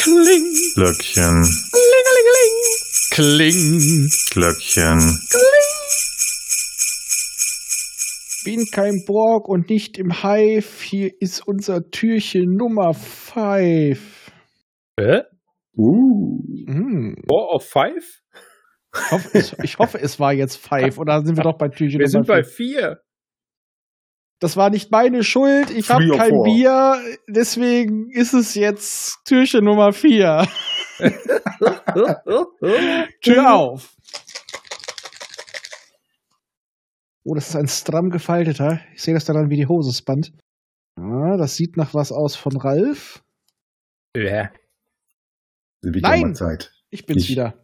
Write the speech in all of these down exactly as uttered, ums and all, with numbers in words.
Kling. Glöckchen. Klingelingeling. Kling. Glöckchen. Kling. Bin kein Borg und nicht im Hive. Hier ist unser Türchen Nummer fünf. Hä? Uh. Hm. Four of five? Ich hoffe, es, ich hoffe, es war jetzt fünf. Oder sind wir doch bei Türchen Wir Nummer sind bei fünf? vier. Das war nicht meine Schuld. Ich habe Three or kein four. Bier. Deswegen ist es jetzt Türchen Nummer vier. Tür auf. Oh, das ist ein stramm gefalteter. Ich sehe das daran, wie die Hose spannt. Ah, das sieht nach was aus von Ralf. Ja. Wird Nein! ja mal Zeit. Ich bin's Ich- wieder.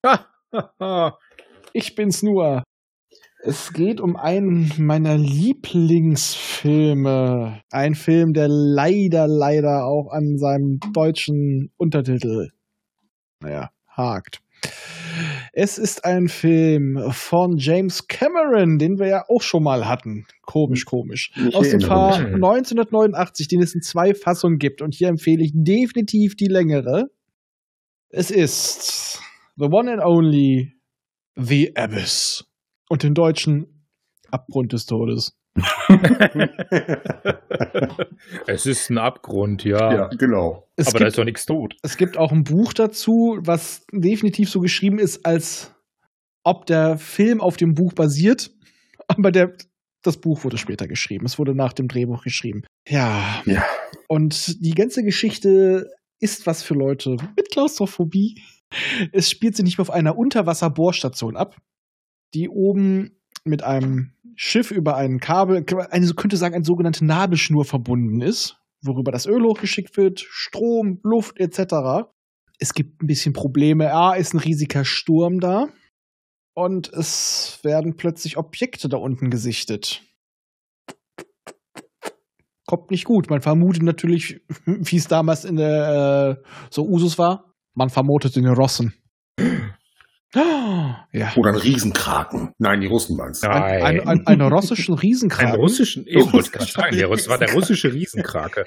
Ich bin's nur. Es geht um einen meiner Lieblingsfilme. Ein Film, der leider, leider auch an seinem deutschen Untertitel, naja, hakt. Es ist ein Film von James Cameron, den wir ja auch schon mal hatten. Komisch, komisch. Ich Aus dem erinnere Jahr mich. neunzehnhundertneunundachtzig, den es in zwei Fassungen gibt. Und hier empfehle ich definitiv die längere. Es ist The One and Only The Abyss. Und den deutschen Abgrund des Todes. Es ist ein Abgrund, ja. Ja, genau. Es, Aber da gibt, ist doch nichts tot. es gibt auch ein Buch dazu, was definitiv so geschrieben ist, als ob der Film auf dem Buch basiert. Aber der, das Buch wurde später geschrieben. Es wurde nach dem Drehbuch geschrieben. Ja. Ja. Und die ganze Geschichte ist was für Leute mit Klaustrophobie. Es spielt sich nicht mehr auf einer Unterwasser-Bohrstation ab, die oben mit einem Schiff über ein Kabel, eine so könnte sagen, eine sogenannte Nabelschnur verbunden ist, worüber das Öl hochgeschickt wird, Strom, Luft et cetera. Es gibt ein bisschen Probleme. A, ist ein riesiger Sturm da und es werden plötzlich Objekte da unten gesichtet. Kommt nicht gut. Man vermutet natürlich, wie es damals in der äh, so Usus war, man vermutet in den Rossen. Ja. Oder ein Riesenkraken. Nein, die Russen meinst du. Ja. Ein, ein, ein, einen russischen Einen Riesenkraken. russischen, eben wollte ich gerade sagen, der Russ war der russische Riesenkrake.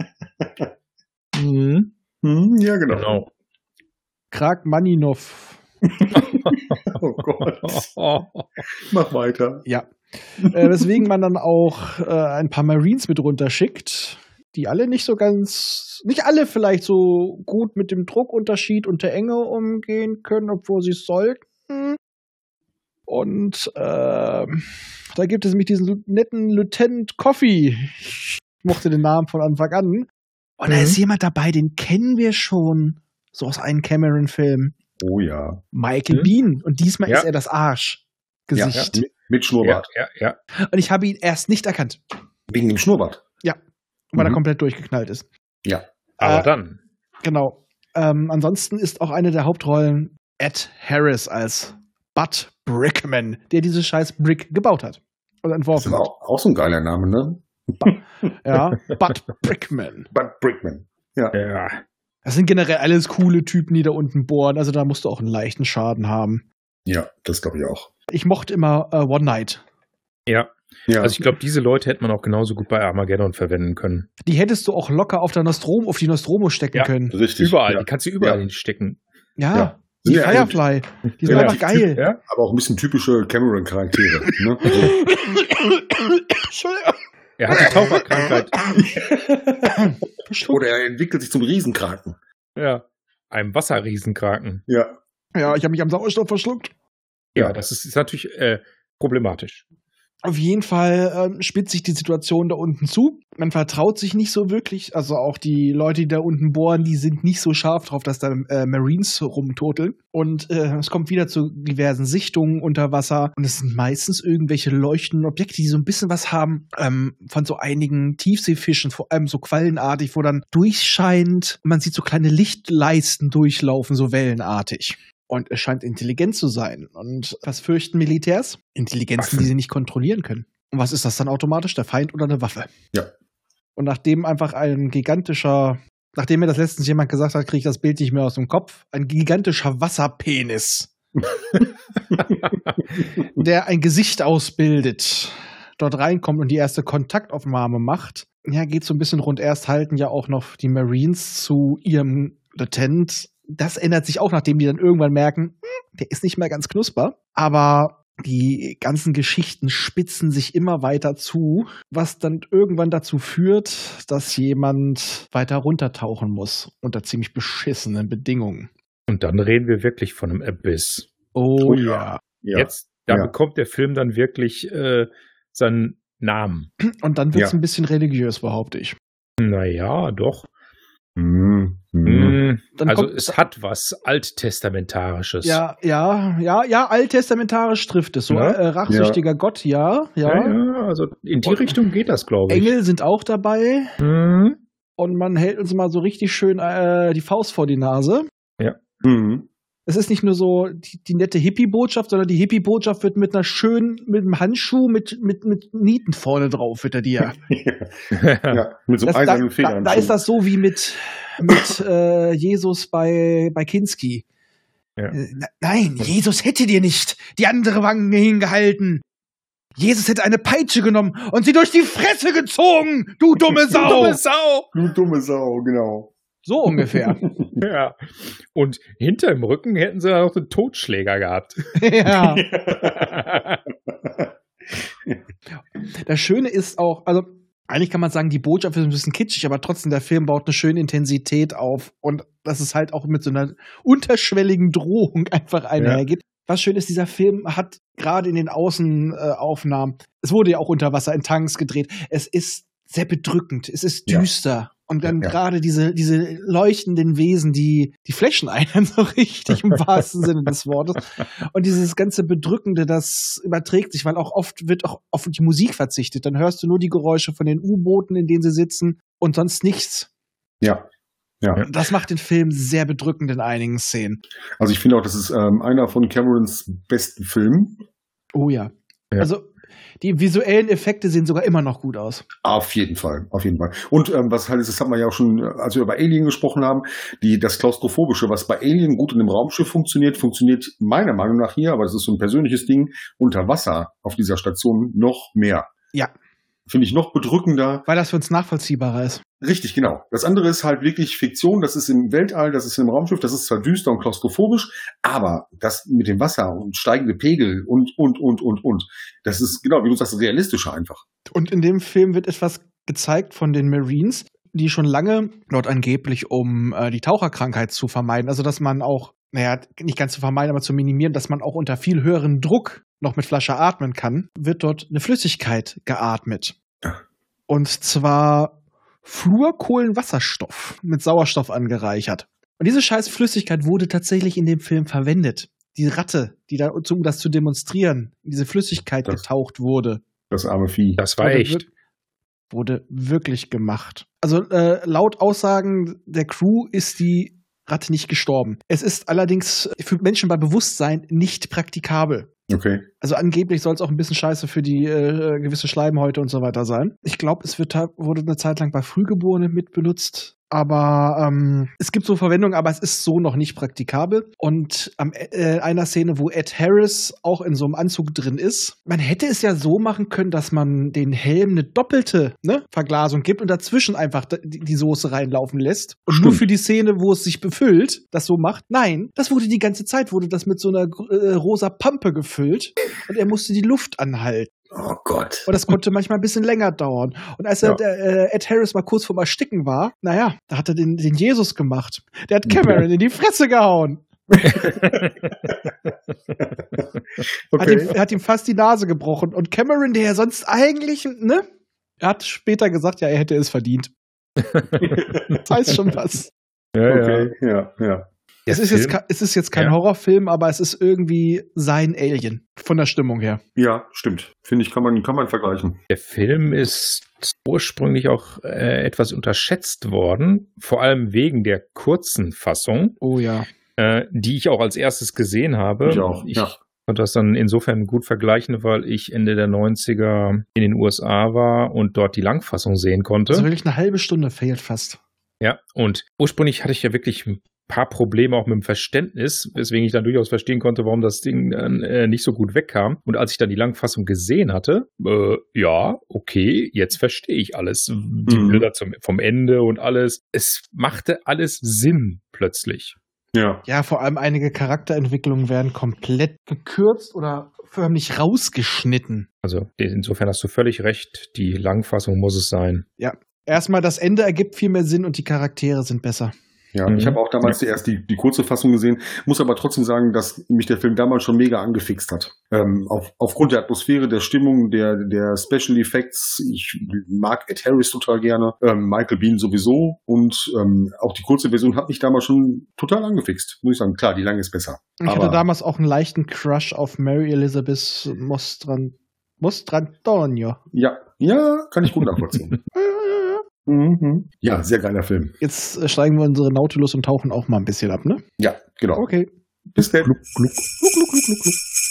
Mhm. Hm, ja, genau. Genau. Krakmaninov. Oh Gott. Mach weiter. Ja. Äh, weswegen man dann auch äh, ein paar Marines mit runterschickt, die alle nicht so ganz, nicht alle vielleicht so gut mit dem Druckunterschied und der Enge umgehen können, obwohl sie es sollten. Und äh, da gibt es nämlich diesen netten Lieutenant Coffee. Ich mochte den Namen von Anfang an. Und da Mhm. ist jemand dabei, den kennen wir schon. So aus einem Cameron-Film. Oh ja. Michael Mhm. Biehn. Und diesmal Ja. ist er das Arschgesicht. Ja, mit, mit Ja, Schnurrbart. ja, ja. Und ich habe ihn erst nicht erkannt, Wegen dem Schnurrbart. weil er Mhm. komplett durchgeknallt ist. Ja. Aber Äh, dann. Genau. Ähm, ansonsten ist auch eine der Hauptrollen Ed Harris als Bud Brickman, der diese scheiß Brick gebaut hat oder Das entworfen ist hat. auch, auch so ein geiler Name, ne? Ja, Bud Brickman. Bud Brickman. Ja. Ja. Das sind generell alles coole Typen, die da unten bohren. Also da musst du auch einen leichten Schaden haben. Ja, das glaube ich auch. Ich mochte immer äh, One Night. Ja. Ja. Also ich glaube, diese Leute hätte man auch genauso gut bei Armageddon verwenden können. Die hättest du auch locker auf der Nostromo, auf die Nostromo stecken Ja. können. richtig. Überall. Ja. Die kannst du überall Ja. hinstecken. Ja, Ja. die Ja, also- Firefly. Die sind Ja, einfach die geil. Ja? Aber auch ein bisschen typische Cameron-Charaktere. Ne? Also, Entschuldigung. Er hat die Taucherkrankheit. oder er entwickelt sich zum Riesenkraken. Ja. Einem Wasserriesenkraken. Ja. Ja, ich habe mich am Sauerstoff verschluckt. Ja, das ist, ist natürlich äh, problematisch. Auf jeden Fall ähm, spitzt sich die Situation da unten zu. Man vertraut sich nicht so wirklich. Also auch die Leute, die da unten bohren, die sind nicht so scharf drauf, dass da äh, Marines rumtoteln. Und äh, es kommt wieder zu diversen Sichtungen unter Wasser. Und es sind meistens irgendwelche leuchtenden Objekte, die so ein bisschen was haben ähm, von so einigen Tiefseefischen, vor allem so quallenartig, wo dann durchscheint. Man sieht so kleine Lichtleisten durchlaufen, so wellenartig. Und es scheint intelligent zu sein. Und was fürchten Militärs? Intelligenzen, die sie nicht kontrollieren können. Und was ist das dann automatisch? Der Feind oder eine Waffe? Ja. Und nachdem einfach ein gigantischer, nachdem mir das letztens jemand gesagt hat, kriege ich das Bild nicht mehr aus dem Kopf, ein gigantischer Wasserpenis, der ein Gesicht ausbildet, dort reinkommt und die erste Kontaktaufnahme macht, ja, geht so ein bisschen rund. Erst halten ja auch noch die Marines zu ihrem Lieutenant, das ändert sich auch, nachdem die dann irgendwann merken, der ist nicht mehr ganz knusper. Aber die ganzen Geschichten spitzen sich immer weiter zu, was dann irgendwann dazu führt, dass jemand weiter runtertauchen muss, unter ziemlich beschissenen Bedingungen. Und dann reden wir wirklich von einem Abyss. Oh, Oh ja. ja. Jetzt, da Ja. bekommt der Film dann wirklich äh, seinen Namen. Und dann wird es Ja. ein bisschen religiös, behaupte ich. Naja, doch. Mhm. Mhm. Hm, Dann also kommt- es hat was Alttestamentarisches. Ja, ja, ja, ja, alttestamentarisch trifft es. So Ja. äh, rachsüchtiger Gott, ja, ja. ja, ja, also in die Und- Richtung geht das, glaube ich. Engel sind auch dabei. Hm, Und man hält uns mal so richtig schön äh, die Faust vor die Nase. Mhm. Es ist nicht nur so die, die nette Hippie-Botschaft, sondern die Hippie-Botschaft wird mit einer schönen, mit einem Handschuh mit, mit, mit Nieten vorne drauf, wird er dir. Ja, mit so Das, einem da, eisernen da, Federn. da ist das so wie mit, mit äh, Jesus bei, bei Kinski. Ja. Äh, na- Nein, Jesus hätte dir nicht die andere Wange hingehalten. Jesus hätte eine Peitsche genommen und sie durch die Fresse gezogen, du dumme Sau. Dumme Sau! Du dumme Sau, genau. So ungefähr. Ja. Und hinter dem Rücken hätten sie dann noch den Totschläger gehabt. Ja. Das Schöne ist auch, also eigentlich kann man sagen, die Botschaft ist ein bisschen kitschig, aber trotzdem der Film baut eine schöne Intensität auf und dass es halt auch mit so einer unterschwelligen Drohung einfach einhergeht. Was schön ist, dieser Film hat gerade in den Außenaufnahmen, es wurde ja auch unter Wasser in Tanks gedreht, es ist sehr bedrückend, es ist Ja. düster. Und dann Ja. gerade diese, diese leuchtenden Wesen, die, die flashen einen so richtig im wahrsten Sinne des Wortes. Und dieses ganze Bedrückende, das überträgt sich, weil auch oft wird auch auf die Musik verzichtet. Dann hörst du nur die Geräusche von den U-Booten, in denen sie sitzen und sonst nichts. Ja. Ja. Das macht den Film sehr bedrückend in einigen Szenen. Also ich finde auch, das ist ähm, einer von Camerons besten Filmen. Oh ja. Ja. Also die visuellen Effekte sehen sogar immer noch gut aus. Auf jeden Fall, auf jeden Fall. Und ähm, was halt ist, das hat man ja auch schon, äh, als wir über Alien gesprochen haben, die das Klaustrophobische, was bei Alien gut in einem Raumschiff funktioniert, funktioniert meiner Meinung nach hier, aber das ist so ein persönliches Ding, unter Wasser auf dieser Station noch mehr. Ja. Finde ich noch bedrückender. Weil das für uns nachvollziehbarer ist. Richtig, genau. Das andere ist halt wirklich Fiktion, das ist im Weltall, das ist im Raumschiff, das ist zwar düster und klaustrophobisch, aber das mit dem Wasser und steigende Pegel und, und, und, und, und, das ist, genau, wie du sagst, realistischer einfach. Und in dem Film wird etwas gezeigt von den Marines, die schon lange dort angeblich, um äh, die Taucherkrankheit zu vermeiden, also dass man auch, naja, nicht ganz zu vermeiden, aber zu minimieren, dass man auch unter viel höherem Druck noch mit Flasche atmen kann, wird dort eine Flüssigkeit geatmet. Und zwar Fluorkohlenwasserstoff mit Sauerstoff angereichert. Und diese scheiß Flüssigkeit wurde tatsächlich in dem Film verwendet. Die Ratte, die da, um das zu demonstrieren, in diese Flüssigkeit Das- getaucht wurde. Das arme Vieh. Das war Wurde echt. wir- Wurde wirklich gemacht. Also äh, laut Aussagen der Crew ist die Ratte nicht gestorben. Es ist allerdings für Menschen bei Bewusstsein nicht praktikabel. Okay. Also angeblich soll es auch ein bisschen scheiße für die äh, gewisse Schleimhäute und so weiter sein. Ich glaube, es wird, wurde eine Zeit lang bei Frühgeborenen mit benutzt. Aber ähm, es gibt so Verwendungen, aber es ist so noch nicht praktikabel. Und am äh, einer Szene, wo Ed Harris auch in so einem Anzug drin ist, man hätte es ja so machen können, dass man den Helm eine doppelte ne, Verglasung gibt und dazwischen einfach die, die Soße reinlaufen lässt. Und Stimmt. nur für die Szene, wo es sich befüllt, das so macht. Nein, das wurde die ganze Zeit, wurde das mit so einer äh, rosa Pampe gefüllt und er musste die Luft anhalten. Oh Gott. Und das konnte manchmal ein bisschen länger dauern. Und als er, Ja. äh, Ed Harris mal kurz vorm Ersticken war, naja, da hat er den, den Jesus gemacht. Der hat Cameron in die Fresse gehauen. Hat, ihm, er hat ihm fast die Nase gebrochen. Und Cameron, der ja sonst eigentlich, ne? Er hat später gesagt, ja, er hätte es verdient. Das heißt schon was. Ja, Okay, ja, ja. Es ist, jetzt, ke- es ist jetzt kein Ja. Horrorfilm, aber es ist irgendwie sein Alien. Von der Stimmung her. Ja, stimmt. Finde ich, kann man, kann man vergleichen. Der Film ist ursprünglich auch äh, etwas unterschätzt worden, vor allem wegen der kurzen Fassung, Oh ja. äh, die ich auch als erstes gesehen habe. Ich auch, Ich ja. konnte das dann insofern gut vergleichen, weil ich Ende der neunziger in den U S A war und dort die Langfassung sehen konnte. Also wirklich eine halbe Stunde fehlt fast. Ja, und ursprünglich hatte ich ja wirklich ein paar Probleme auch mit dem Verständnis, weswegen ich dann durchaus verstehen konnte, warum das Ding dann äh, nicht so gut wegkam. Und als ich dann die Langfassung gesehen hatte, äh, ja, okay, jetzt verstehe ich alles. Die Mhm. Bilder zum, vom Ende und alles. Es machte alles Sinn plötzlich. Ja. Ja, vor allem einige Charakterentwicklungen werden komplett gekürzt oder förmlich rausgeschnitten. Also insofern hast du völlig recht, die Langfassung muss es sein. Ja, erstmal das Ende ergibt viel mehr Sinn und die Charaktere sind besser. Ja, Mhm. ich habe auch damals ja. erst die, die kurze Fassung gesehen, muss aber trotzdem sagen, dass mich der Film damals schon mega angefixt hat. Ähm, auf, aufgrund der Atmosphäre, der Stimmung, der, der Special Effects, ich mag Ed Harris total gerne, ähm, Michael Biehn sowieso und ähm, auch die kurze Version hat mich damals schon total angefixt, muss ich sagen. Klar, die lange ist besser. Ich aber hatte damals auch einen leichten Crush auf Mary Elizabeth Mostran Mostrantonio. Ja, ja, kann ich gut nachvollziehen. Mhm. Ja, sehr geiler Film. Jetzt äh, steigen wir unsere Nautilus und tauchen auch mal ein bisschen ab, ne? Ja, genau. Okay. Bis dann. Gluck, gluck. Gluck, gluck, gluck, gluck, gluck.